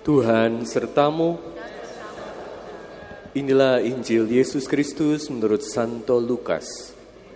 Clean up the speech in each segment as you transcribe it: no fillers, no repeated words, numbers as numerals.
Tuhan sertamu. Inilah Injil Yesus Kristus menurut Santo Lukas.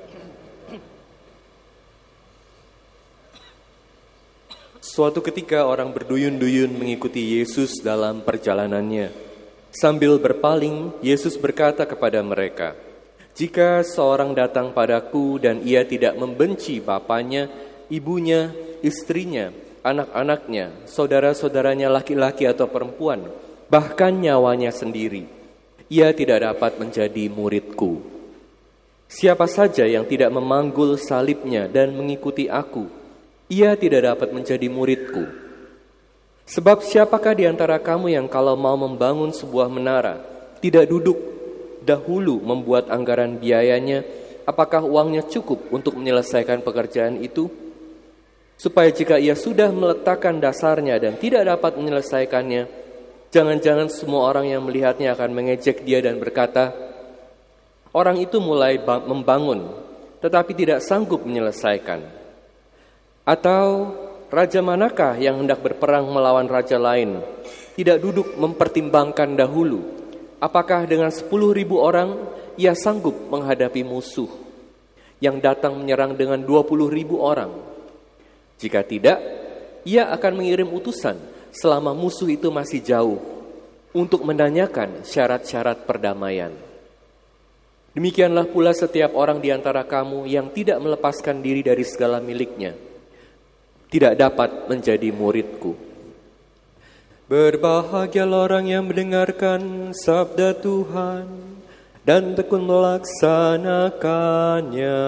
Suatu ketika orang berduyun-duyun mengikuti Yesus dalam perjalanannya. Sambil berpaling, Yesus berkata kepada mereka, "Jika seorang datang padaku dan ia tidak membenci bapaknya, ibunya, istrinya, anak-anaknya, saudara-saudaranya laki-laki atau perempuan, bahkan nyawanya sendiri, ia tidak dapat menjadi muridku. Siapa saja yang tidak memanggul salibnya dan mengikuti aku, ia tidak dapat menjadi muridku. Sebab siapakah di antara kamu yang kalau mau membangun sebuah menara, tidak duduk dahulu membuat anggaran biayanya, apakah uangnya cukup untuk menyelesaikan pekerjaan itu? Supaya jika ia sudah meletakkan dasarnya dan tidak dapat menyelesaikannya, jangan-jangan semua orang yang melihatnya akan mengejek dia dan berkata, orang itu mulai membangun, tetapi tidak sanggup menyelesaikan. Atau raja manakah yang hendak berperang melawan raja lain, tidak duduk mempertimbangkan dahulu, apakah dengan 10.000 orang ia sanggup menghadapi musuh yang datang menyerang dengan 20.000 orang? Jika tidak, ia akan mengirim utusan selama musuh itu masih jauh untuk menanyakan syarat-syarat perdamaian. Demikianlah pula setiap orang di antara kamu yang tidak melepaskan diri dari segala miliknya, tidak dapat menjadi muridku." Berbahagialah orang yang mendengarkan sabda Tuhan dan tekun melaksanakannya.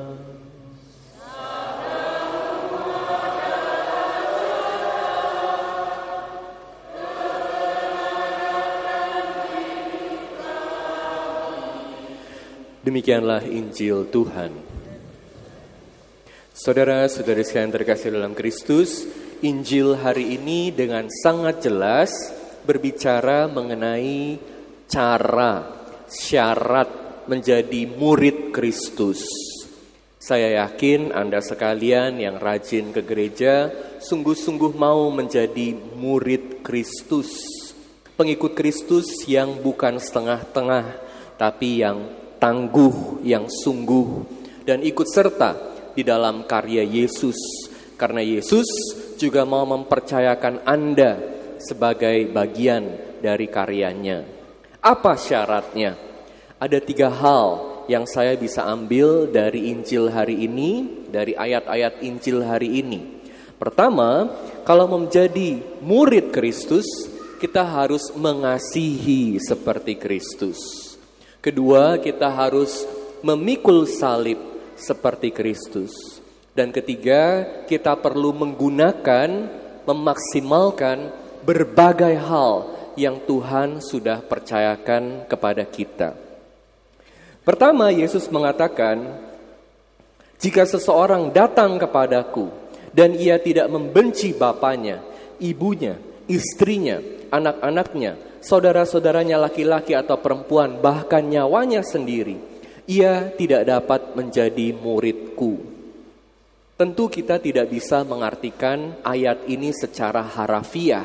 Demikianlah Injil Tuhan. Saudara-saudari sekalian terkasih dalam Kristus, Injil hari ini dengan sangat jelas berbicara mengenai cara, syarat menjadi murid Kristus. Saya yakin Anda sekalian yang rajin ke gereja sungguh-sungguh mau menjadi murid Kristus, pengikut Kristus yang bukan setengah-tengah, tapi yang tangguh, yang sungguh, dan ikut serta di dalam karya Yesus. Karena Yesus juga mau mempercayakan Anda sebagai bagian dari karyanya. Apa syaratnya? Ada 3 hal yang saya bisa ambil dari Injil hari ini, dari ayat-ayat Injil hari ini. Pertama, kalau menjadi murid Kristus, kita harus mengasihi seperti Kristus. Kedua, kita harus memikul salib seperti Kristus. Dan ketiga, kita perlu menggunakan, memaksimalkan berbagai hal yang Tuhan sudah percayakan kepada kita. Pertama, Yesus mengatakan, jika seseorang datang kepadaku dan ia tidak membenci bapaknya, ibunya, istrinya, anak-anaknya, saudara-saudaranya laki-laki atau perempuan, bahkan nyawanya sendiri, ia tidak dapat menjadi muridku. Tentu kita tidak bisa mengartikan ayat ini secara harafiah.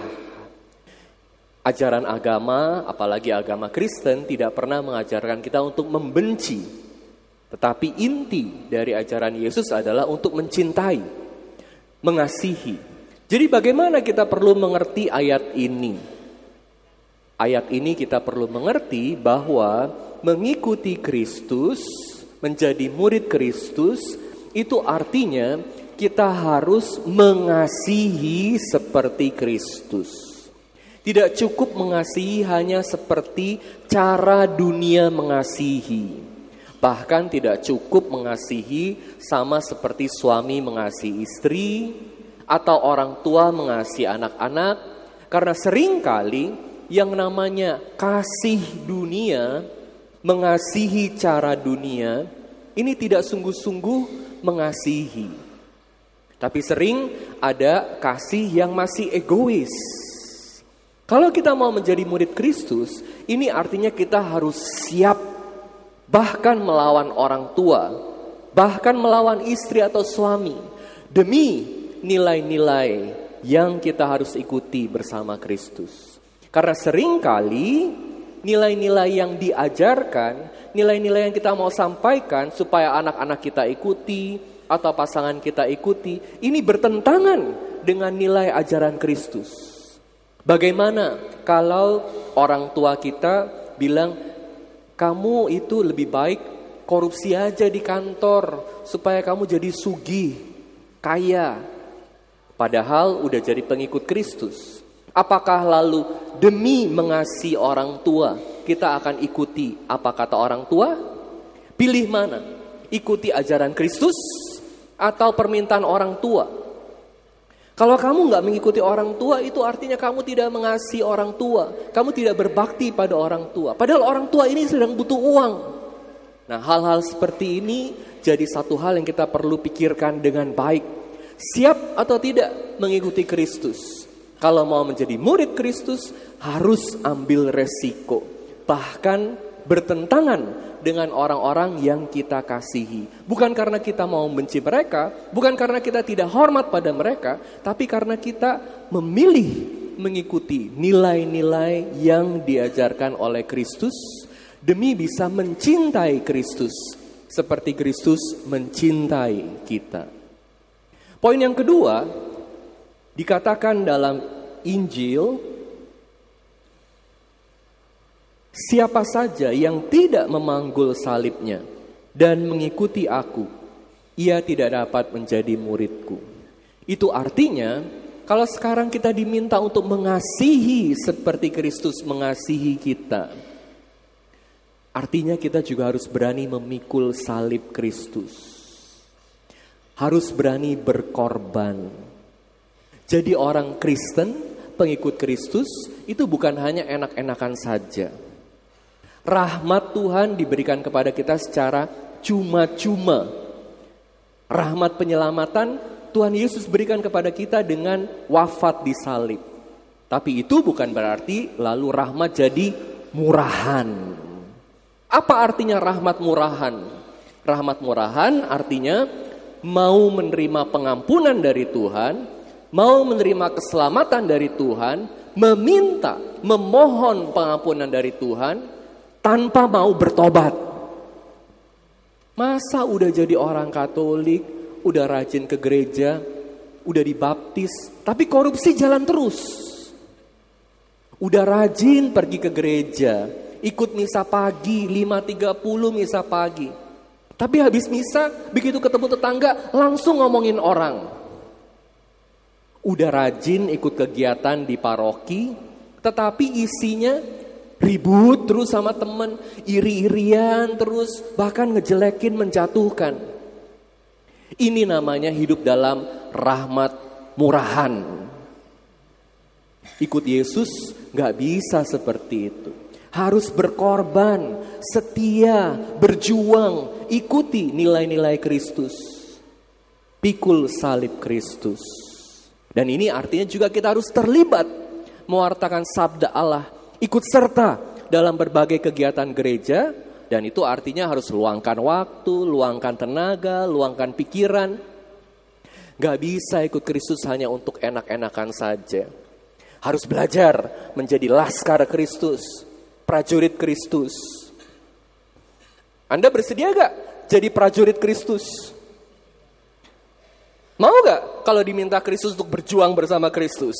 Ajaran agama, apalagi agama Kristen, tidak pernah mengajarkan kita untuk membenci. Tetapi inti dari ajaran Yesus adalah untuk mencintai, mengasihi. Jadi bagaimana kita perlu mengerti ayat ini? Ayat ini kita perlu mengerti bahwa mengikuti Kristus, menjadi murid Kristus, itu artinya kita harus mengasihi seperti Kristus. Tidak cukup mengasihi hanya seperti cara dunia mengasihi. Bahkan tidak cukup mengasihi sama seperti suami mengasihi istri, atau orang tua mengasihi anak-anak. Karena seringkali yang namanya kasih dunia, mengasihi cara dunia, ini tidak sungguh-sungguh mengasihi. Tapi sering ada kasih yang masih egois. Kalau kita mau menjadi murid Kristus, ini artinya kita harus siap bahkan melawan orang tua, bahkan melawan istri atau suami, demi nilai-nilai yang kita harus ikuti bersama Kristus. Karena seringkali nilai-nilai yang diajarkan, nilai-nilai yang kita mau sampaikan supaya anak-anak kita ikuti atau pasangan kita ikuti, ini bertentangan dengan nilai ajaran Kristus. Bagaimana kalau orang tua kita bilang, kamu itu lebih baik korupsi aja di kantor supaya kamu jadi sugih, kaya. Padahal udah jadi pengikut Kristus. Apakah lalu demi mengasihi orang tua kita akan ikuti apa kata orang tua? Pilih mana? Ikuti ajaran Kristus atau permintaan orang tua? Kalau kamu gak mengikuti orang tua, itu artinya kamu tidak mengasihi orang tua. Kamu tidak berbakti pada orang tua. Padahal orang tua ini sedang butuh uang. Nah, hal-hal seperti ini jadi satu hal yang kita perlu pikirkan dengan baik. Siap atau tidak mengikuti Kristus? Kalau mau menjadi murid Kristus, harus ambil resiko. Bahkan bertentangan dengan orang-orang yang kita kasihi. Bukan karena kita mau benci mereka, bukan karena kita tidak hormat pada mereka, tapi karena kita memilih mengikuti nilai-nilai yang diajarkan oleh Kristus demi bisa mencintai Kristus seperti Kristus mencintai kita. Poin yang kedua, dikatakan dalam Injil, siapa saja yang tidak memanggul salibnya dan mengikuti aku, ia tidak dapat menjadi muridku. Itu artinya, kalau sekarang kita diminta untuk mengasihi seperti Kristus mengasihi kita, artinya kita juga harus berani memikul salib Kristus. Harus berani berkorban. Jadi orang Kristen, pengikut Kristus, itu bukan hanya enak-enakan saja. Rahmat Tuhan diberikan kepada kita secara cuma-cuma. Rahmat penyelamatan Tuhan Yesus berikan kepada kita dengan wafat di salib. Tapi itu bukan berarti lalu rahmat jadi murahan. Apa artinya rahmat murahan? Rahmat murahan artinya mau menerima pengampunan dari Tuhan, mau menerima keselamatan dari Tuhan, meminta, memohon pengampunan dari Tuhan, tanpa mau bertobat. Masa udah jadi orang Katolik, udah rajin ke gereja, udah dibaptis, tapi korupsi jalan terus. Udah rajin pergi ke gereja, ikut misa pagi, 5.30 misa pagi. Tapi habis misa, begitu ketemu tetangga, langsung ngomongin orang. Udah rajin ikut kegiatan di paroki, tetapi isinya ribut terus sama temen, iri-irian terus, bahkan ngejelekin, menjatuhkan. Ini namanya hidup dalam rahmat murahan. Ikut Yesus gak bisa seperti itu. Harus berkorban, setia, berjuang, ikuti nilai-nilai Kristus. Pikul salib Kristus. Dan ini artinya juga kita harus terlibat mewartakan sabda Allah, ikut serta dalam berbagai kegiatan gereja, dan itu artinya harus luangkan waktu, luangkan tenaga, luangkan pikiran. Gak bisa ikut Kristus hanya untuk enak-enakan saja. Harus belajar menjadi laskar Kristus, prajurit Kristus. Anda bersedia gak jadi prajurit Kristus? Mau gak kalau diminta Kristus untuk berjuang bersama Kristus?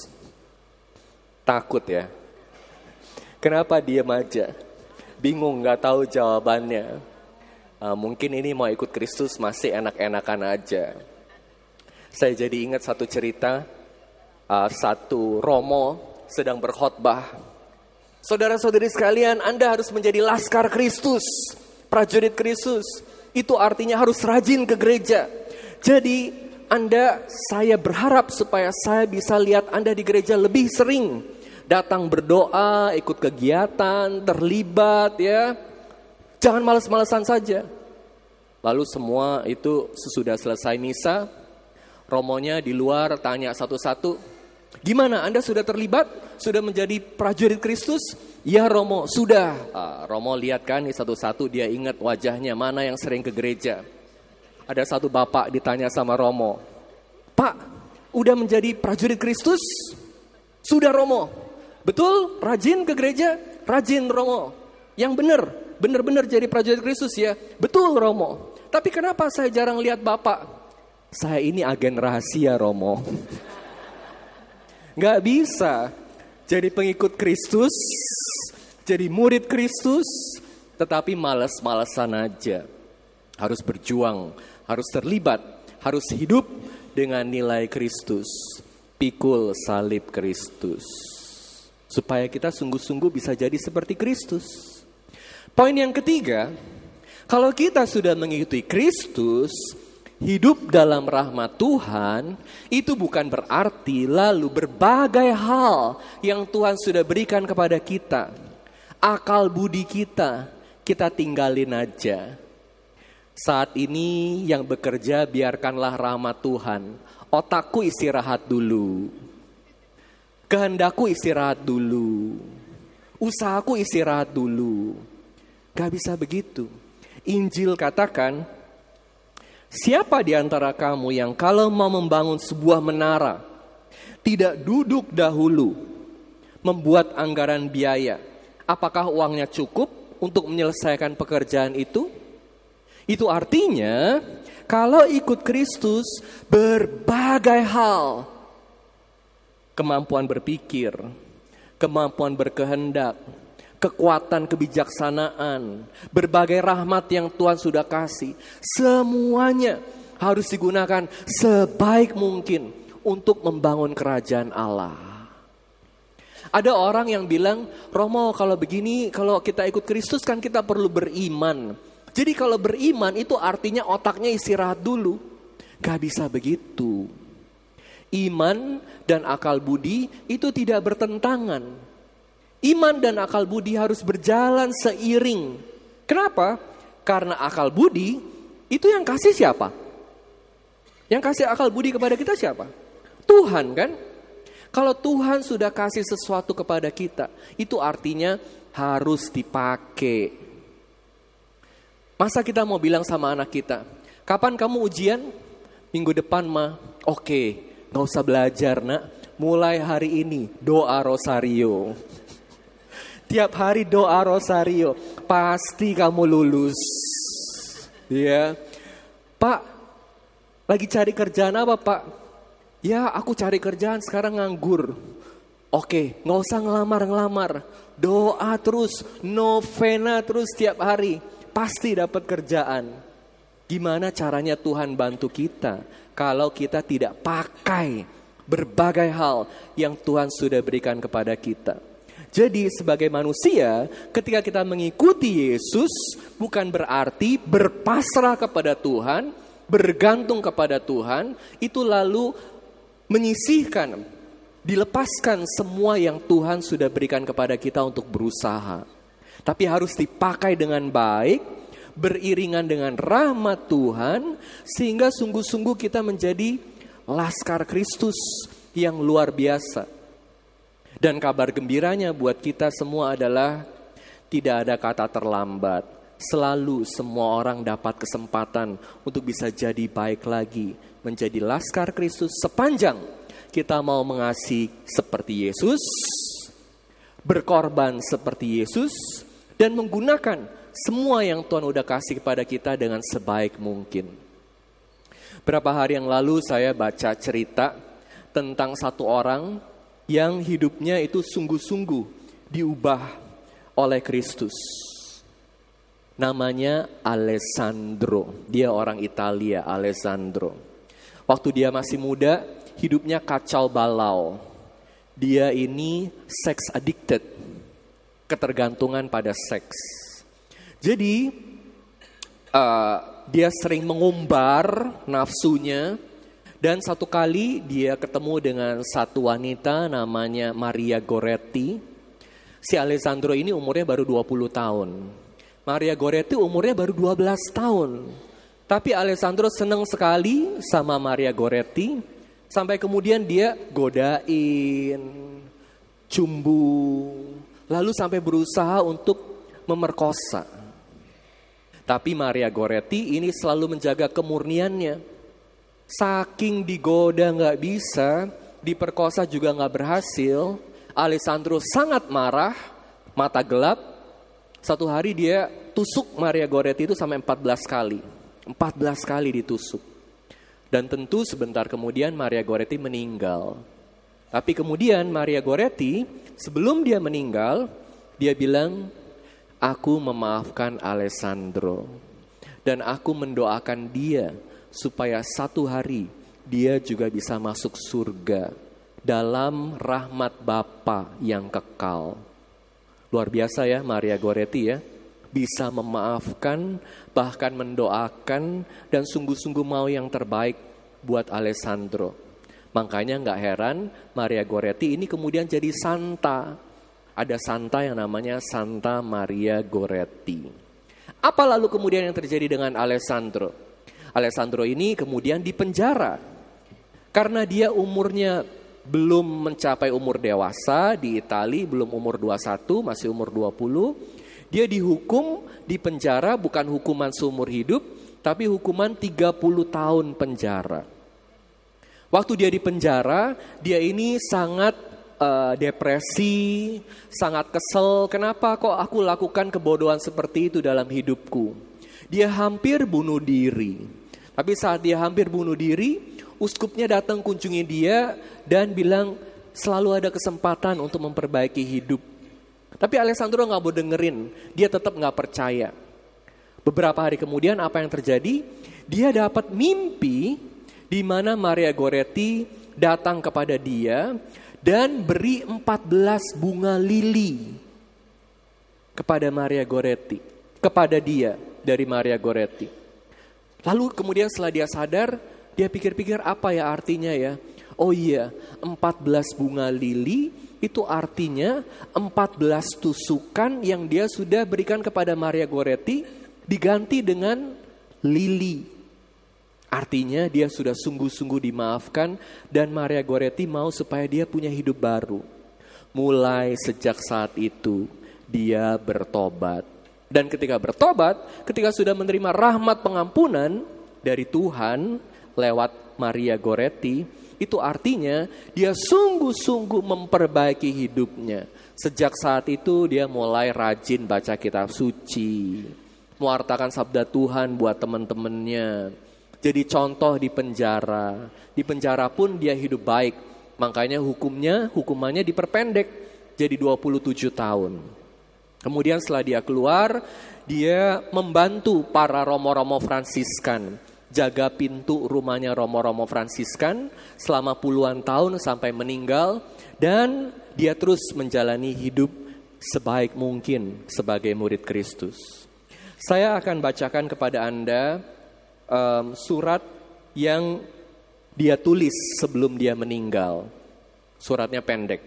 Takut ya? Kenapa diam aja? Bingung gak tahu jawabannya. Mungkin ini mau ikut Kristus masih enak-enakan aja. Saya jadi ingat satu cerita. Satu Romo sedang berkhotbah. Saudara-saudari sekalian, Anda harus menjadi laskar Kristus, prajurit Kristus. Itu artinya harus rajin ke gereja. Jadi saya berharap supaya saya bisa lihat Anda di gereja lebih sering. Datang berdoa, ikut kegiatan, terlibat ya. Jangan malas-malasan saja. Lalu semua itu sesudah selesai misa, romonya di luar tanya satu-satu, gimana Anda sudah terlibat? Sudah menjadi prajurit Kristus? Ya Romo, sudah. Romo lihat kan satu-satu, dia ingat wajahnya mana yang sering ke gereja. Ada satu bapak ditanya sama Romo, Pak, Udah menjadi prajurit Kristus? Sudah Romo. Betul? Rajin ke gereja? Rajin Romo. Yang benar-benar jadi prajurit Kristus ya. Betul Romo. Tapi kenapa saya jarang lihat Bapak? Saya ini agen rahasia Romo. Gak bisa jadi pengikut Kristus, jadi murid Kristus, tetapi malas-malasan aja. Harus berjuang, harus terlibat, harus hidup dengan nilai Kristus. Pikul salib Kristus. Supaya kita sungguh-sungguh bisa jadi seperti Kristus. Poin yang ketiga, kalau kita sudah mengikuti Kristus, hidup dalam rahmat Tuhan, itu bukan berarti lalu berbagai hal yang Tuhan sudah berikan kepada kita, akal budi kita tinggalin aja. Saat ini yang bekerja biarkanlah rahmat Tuhan. Otakku istirahat dulu. Kehendakku istirahat dulu. Usahaku istirahat dulu. Gak bisa begitu. Injil katakan, siapa di antara kamu yang kalau mau membangun sebuah menara, tidak duduk dahulu, membuat anggaran biaya, apakah uangnya cukup untuk menyelesaikan pekerjaan itu? Itu artinya, kalau ikut Kristus, berbagai hal, kemampuan berpikir, kemampuan berkehendak, kekuatan kebijaksanaan, berbagai rahmat yang Tuhan sudah kasih, semuanya harus digunakan sebaik mungkin untuk membangun kerajaan Allah. Ada orang yang bilang, Romo kalau begini, kalau kita ikut Kristus kan kita perlu beriman. Jadi kalau beriman itu artinya otaknya istirahat dulu. Gak bisa begitu. Iman dan akal budi itu tidak bertentangan. Iman dan akal budi harus berjalan seiring. Kenapa? Karena akal budi itu yang kasih siapa? Yang kasih akal budi kepada kita siapa? Tuhan kan? Kalau Tuhan sudah kasih sesuatu kepada kita, itu artinya harus dipakai. Masa kita mau bilang sama anak kita, kapan kamu ujian? Minggu depan mah. Oke, gak usah belajar nak. Mulai hari ini doa rosario. Tiap hari doa rosario. Pasti kamu lulus. Ya, Pak, lagi cari kerjaan apa Pak? Ya aku cari kerjaan sekarang nganggur. Oke, gak usah ngelamar. Doa terus, novena terus tiap hari. Pasti dapat kerjaan. Gimana caranya Tuhan bantu kita kalau kita tidak pakai berbagai hal yang Tuhan sudah berikan kepada kita. Jadi sebagai manusia, ketika kita mengikuti Yesus, bukan berarti berpasrah kepada Tuhan, bergantung kepada Tuhan, itu lalu menyisihkan, dilepaskan semua yang Tuhan sudah berikan kepada kita untuk berusaha. Tapi harus dipakai dengan baik, beriringan dengan rahmat Tuhan, sehingga sungguh-sungguh kita menjadi laskar Kristus yang luar biasa. Dan kabar gembiranya buat kita semua adalah tidak ada kata terlambat. Selalu semua orang dapat kesempatan untuk bisa jadi baik lagi, menjadi laskar Kristus sepanjang kita mau mengasihi seperti Yesus, berkorban seperti Yesus, dan menggunakan semua yang Tuhan udah kasih kepada kita dengan sebaik mungkin. Berapa hari yang lalu saya baca cerita tentang satu orang yang hidupnya itu sungguh-sungguh diubah oleh Kristus. Namanya Alessandro. Dia orang Italia, Alessandro. Waktu dia masih muda, hidupnya kacau balau. Dia ini sex addicted. Ketergantungan pada seks. Jadi dia sering mengumbar nafsunya. Dan satu kali dia ketemu dengan satu wanita namanya Maria Goretti. Si Alessandro ini umurnya baru 20 tahun. Maria Goretti umurnya baru 12 tahun. Tapi Alessandro senang sekali sama Maria Goretti. Sampai kemudian dia godain, cumbu. Lalu sampai berusaha untuk memerkosa. Tapi Maria Goretti ini selalu menjaga kemurniannya. Saking digoda nggak bisa, diperkosa juga nggak berhasil, Alessandro sangat marah, mata gelap. Satu hari dia tusuk Maria Goretti itu sampai 14 kali. 14 kali ditusuk. Dan tentu sebentar kemudian Maria Goretti meninggal. Tapi kemudian Maria Goretti sebelum dia meninggal, dia bilang, aku memaafkan Alessandro. Dan aku mendoakan dia supaya satu hari dia juga bisa masuk surga dalam rahmat Bapa yang kekal. Luar biasa ya Maria Goretti ya. Bisa memaafkan, bahkan mendoakan, dan sungguh-sungguh mau yang terbaik buat Alessandro. Makanya gak heran Maria Goretti ini kemudian jadi santa. Ada santa yang namanya Santa Maria Goretti. Apa lalu kemudian yang terjadi dengan Alessandro? Alessandro ini kemudian dipenjara. Karena dia umurnya belum mencapai umur dewasa di Italia, belum umur 21, masih umur 20. Dia dihukum, dipenjara, bukan hukuman seumur hidup, tapi hukuman 30 tahun penjara. Waktu dia dipenjara, dia ini sangat depresi, sangat kesel. Kenapa kok aku lakukan kebodohan seperti itu dalam hidupku? Dia hampir bunuh diri. Tapi saat dia hampir bunuh diri, uskupnya datang kunjungi dia dan bilang selalu ada kesempatan untuk memperbaiki hidup. Tapi Alessandro gak mau dengerin, dia tetap gak percaya. Beberapa hari kemudian apa yang terjadi? Dia dapat mimpi di mana Maria Goretti datang kepada dia dan beri 14 bunga lili kepada Maria Goretti, kepada dia dari Maria Goretti. Lalu kemudian setelah dia sadar, dia pikir-pikir apa ya artinya ya? Oh iya, 14 bunga lili itu artinya 14 tusukan yang dia sudah berikan kepada Maria Goretti diganti dengan lili. Artinya dia sudah sungguh-sungguh dimaafkan dan Maria Goretti mau supaya dia punya hidup baru. Mulai sejak saat itu dia bertobat. Dan ketika bertobat, ketika sudah menerima rahmat pengampunan dari Tuhan lewat Maria Goretti, itu artinya dia sungguh-sungguh memperbaiki hidupnya. Sejak saat itu dia mulai rajin baca kitab suci, mewartakan sabda Tuhan buat teman-temannya. Jadi contoh di penjara. Di penjara pun dia hidup baik. Makanya hukumannya diperpendek jadi 27 tahun. Kemudian setelah dia keluar, dia membantu para romo-romo Fransiskan, jaga pintu rumahnya romo-romo Fransiskan selama puluhan tahun sampai meninggal, dan dia terus menjalani hidup sebaik mungkin sebagai murid Kristus. Saya akan bacakan kepada Anda surat yang dia tulis sebelum dia meninggal. Suratnya pendek.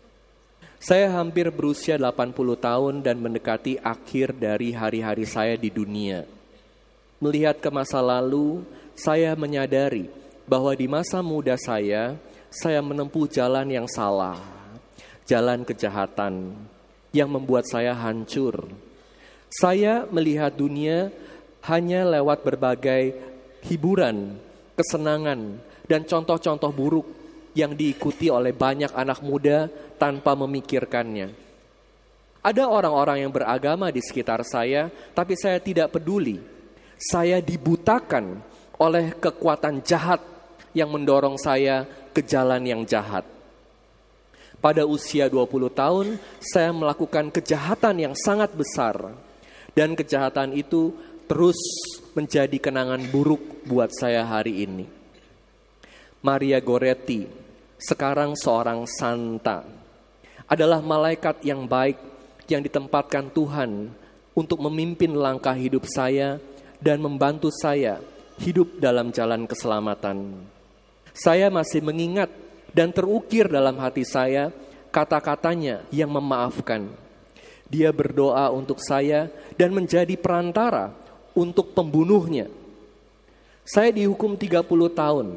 Saya hampir berusia 80 tahun dan mendekati akhir dari hari-hari saya di dunia. Melihat ke masa lalu, saya menyadari bahwa di masa muda saya menempuh jalan yang salah. Jalan kejahatan yang membuat saya hancur. Saya melihat dunia hanya lewat berbagai hiburan, kesenangan, dan contoh-contoh buruk yang diikuti oleh banyak anak muda tanpa memikirkannya. Ada orang-orang yang beragama di sekitar saya, tapi saya tidak peduli. Saya dibutakan oleh kekuatan jahat yang mendorong saya ke jalan yang jahat. Pada usia 20 tahun, saya melakukan kejahatan yang sangat besar. Dan kejahatan itu terus menjadi kenangan buruk buat saya hari ini. Maria Goretti, sekarang seorang santa, adalah malaikat yang baik yang ditempatkan Tuhan untuk memimpin langkah hidup saya dan membantu saya hidup dalam jalan keselamatan. Saya masih mengingat dan terukir dalam hati saya kata-katanya yang memaafkan. Dia berdoa untuk saya dan menjadi perantara untuk pembunuhnya. Saya dihukum 30 tahun.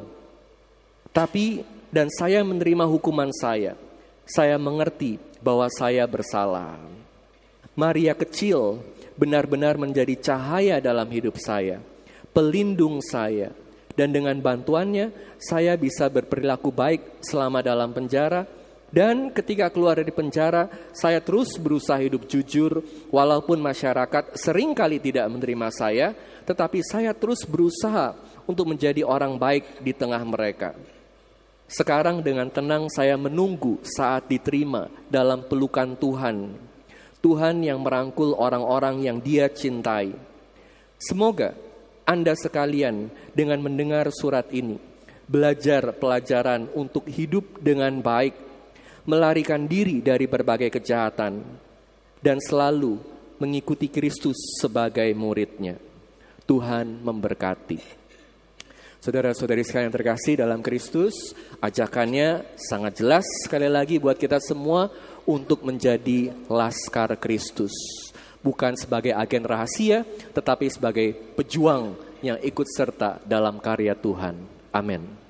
Dan saya menerima hukuman saya. Saya mengerti bahwa saya bersalah. Maria kecil benar-benar menjadi cahaya dalam hidup saya, pelindung saya, Dan dengan bantuannya, saya bisa berperilaku baik selama dalam penjara. Dan ketika keluar dari penjara, saya terus berusaha hidup jujur. Walaupun masyarakat seringkali tidak menerima saya, tetapi saya terus berusaha untuk menjadi orang baik di tengah mereka. Sekarang dengan tenang saya menunggu saat diterima dalam pelukan Tuhan. Tuhan yang merangkul orang-orang yang Dia cintai. Semoga Anda sekalian dengan mendengar surat ini belajar pelajaran untuk hidup dengan baik, melarikan diri dari berbagai kejahatan, dan selalu mengikuti Kristus sebagai muridnya. Tuhan memberkati. Saudara-saudari sekalian yang terkasih dalam Kristus, ajakannya sangat jelas sekali lagi buat kita semua untuk menjadi laskar Kristus. Bukan sebagai agen rahasia, tetapi sebagai pejuang yang ikut serta dalam karya Tuhan. Amin.